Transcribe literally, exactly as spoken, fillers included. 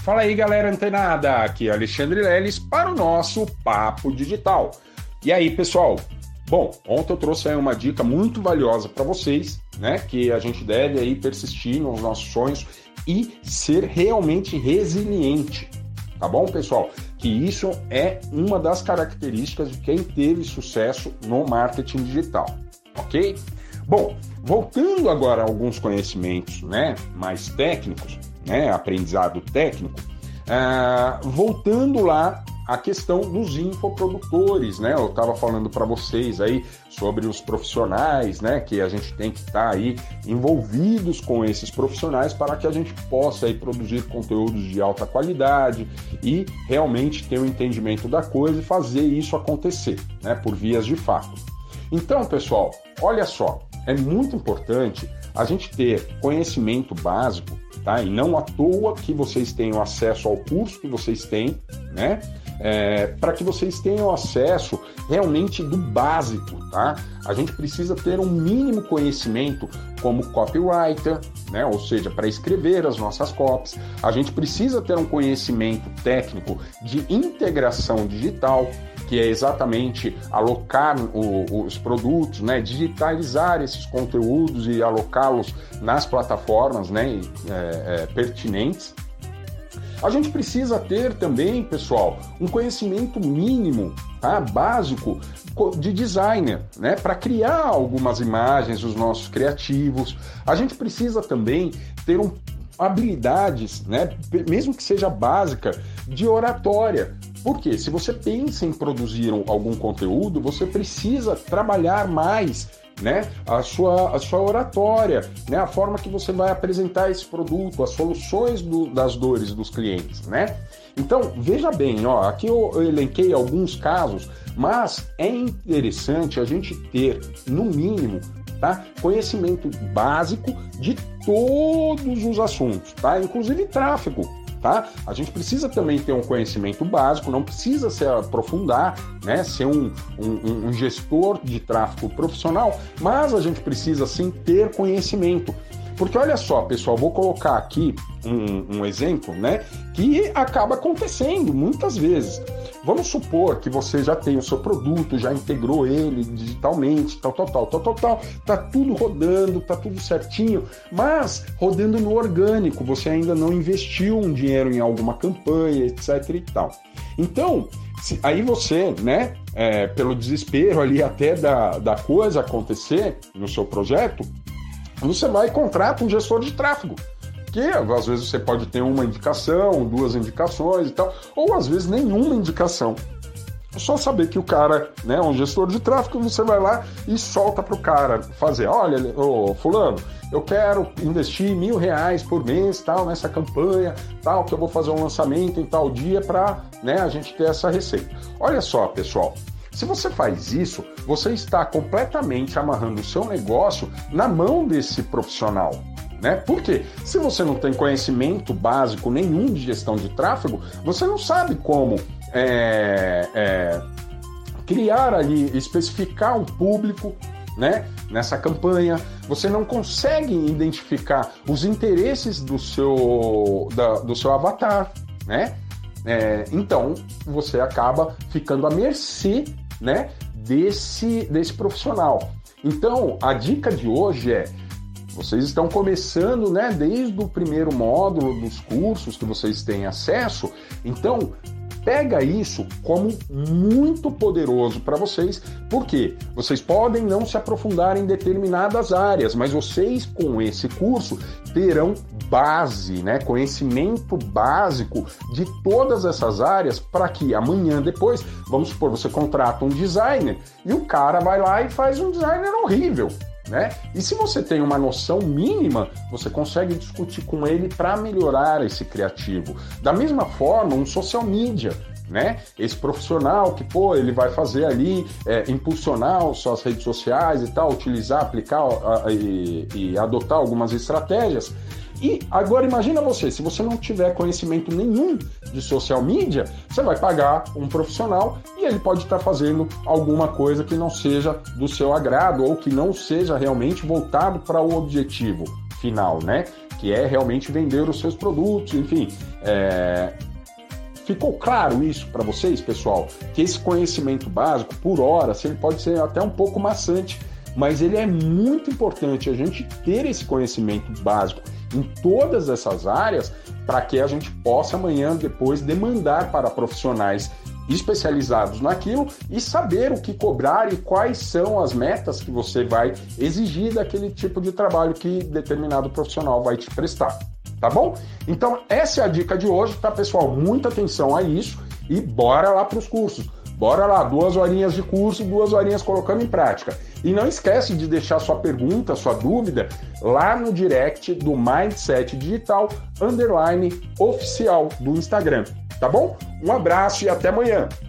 Fala aí, galera antenada, aqui é Alexandre Leles para o nosso Papo Digital. E aí, pessoal? Bom, ontem eu trouxe aí uma dica muito valiosa para vocês, né? Que a gente deve aí persistir nos nossos sonhos e ser realmente resiliente, tá bom, pessoal? Que isso é uma das características de quem teve sucesso no marketing digital, ok? Bom, voltando agora a alguns conhecimentos, né, mais técnicos, né, aprendizado técnico, uh, voltando lá à questão dos infoprodutores, né, eu estava falando para vocês aí sobre os profissionais, né, que a gente tem que estar tá aí envolvidos com esses profissionais para que a gente possa aí produzir conteúdos de alta qualidade e realmente ter um entendimento da coisa e fazer isso acontecer, né, por vias de fato. Então, pessoal, olha só, é muito importante a gente ter conhecimento básico, tá? E não à toa que vocês tenham acesso ao curso que vocês têm, né? É, para que vocês tenham acesso realmente do básico, tá? A gente precisa ter um mínimo conhecimento como copywriter, né? Ou seja, para escrever as nossas copies. A gente precisa ter um conhecimento técnico de integração digital, que é exatamente alocar o, os produtos, né, digitalizar esses conteúdos e alocá-los nas plataformas, né, é, é, pertinentes. A gente precisa ter também, pessoal, um conhecimento mínimo, tá, básico de designer, né, para criar algumas imagens dos nossos criativos. A gente precisa também ter um, habilidades, né, mesmo que seja básica, de oratória. Porque se você pensa em produzir algum conteúdo, você precisa trabalhar mais, né, a sua, a sua oratória, né, a forma que você vai apresentar esse produto, as soluções do, das dores dos clientes, né? Então, veja bem, ó, aqui eu, eu elenquei alguns casos, mas é interessante a gente ter, no mínimo, tá, conhecimento básico de todos os assuntos, tá? Inclusive tráfego. Tá? A gente precisa também ter um conhecimento básico, não precisa se aprofundar, né? Ser um, um, um gestor de tráfego profissional, mas a gente precisa sim ter conhecimento. Porque olha só, pessoal, vou colocar aqui um, um exemplo, né, que acaba acontecendo muitas vezes. Vamos supor que você já tem o seu produto, já integrou ele digitalmente, tal, tal, tal, tal, tal, tal, tá tudo rodando, tá tudo certinho, mas rodando no orgânico, você ainda não investiu um dinheiro em alguma campanha, etc e tal. Então, se, aí você, né, é, pelo desespero ali até da, da coisa acontecer no seu projeto, você vai e contrata um gestor de tráfego, que às vezes você pode ter uma indicação, duas indicações e tal, ou às vezes nenhuma indicação. É só saber que o cara, né, é um gestor de tráfego, você vai lá e solta para o cara fazer, olha, ô, fulano, eu quero investir mil reais por mês, tal, nessa campanha, tal, que eu vou fazer um lançamento em tal dia para, né, a gente ter essa receita. Olha só, pessoal, se você faz isso, você está completamente amarrando o seu negócio na mão desse profissional, né? Por quê? Se você não tem conhecimento básico nenhum de gestão de tráfego, você não sabe como é, é, criar ali, especificar um público, né, nessa campanha. Você não consegue identificar os interesses do seu, da, do seu avatar, né? É, então, você acaba ficando à mercê, né, desse, desse profissional. Então, a dica de hoje é: vocês estão começando, né, desde o primeiro módulo dos cursos que vocês têm acesso, então pega isso como muito poderoso para vocês, porque vocês podem não se aprofundar em determinadas áreas, mas vocês com esse curso terão base, né, conhecimento básico de todas essas áreas para que amanhã depois, vamos supor, você contrata um designer e o cara vai lá e faz um designer horrível, né? E se você tem uma noção mínima, você consegue discutir com ele para melhorar esse criativo. Da mesma forma, um social media, né? Esse profissional que, pô, ele vai fazer ali, é, impulsionar suas redes sociais e tal, utilizar, aplicar a, e, e adotar algumas estratégias. E agora imagina você, se você não tiver conhecimento nenhum de social media, você vai pagar um profissional e ele pode estar fazendo alguma coisa que não seja do seu agrado ou que não seja realmente voltado para o objetivo final, né? que é realmente vender os seus produtos, enfim. É... Ficou claro isso para vocês, pessoal? Que esse conhecimento básico, por hora, ele pode ser até um pouco maçante, mas ele é muito importante a gente ter esse conhecimento básico em todas essas áreas para que a gente possa amanhã, depois, demandar para profissionais especializados naquilo e saber o que cobrar e quais são as metas que você vai exigir daquele tipo de trabalho que determinado profissional vai te prestar. Tá bom? Então, essa é a dica de hoje, tá, pessoal? Muita atenção a isso e bora lá para os cursos. Bora lá, duas horinhas de curso, duas horinhas colocando em prática. E não esquece de deixar sua pergunta, sua dúvida, lá no direct do Mindset Digital underline oficial do Instagram. Tá bom? Um abraço e até amanhã!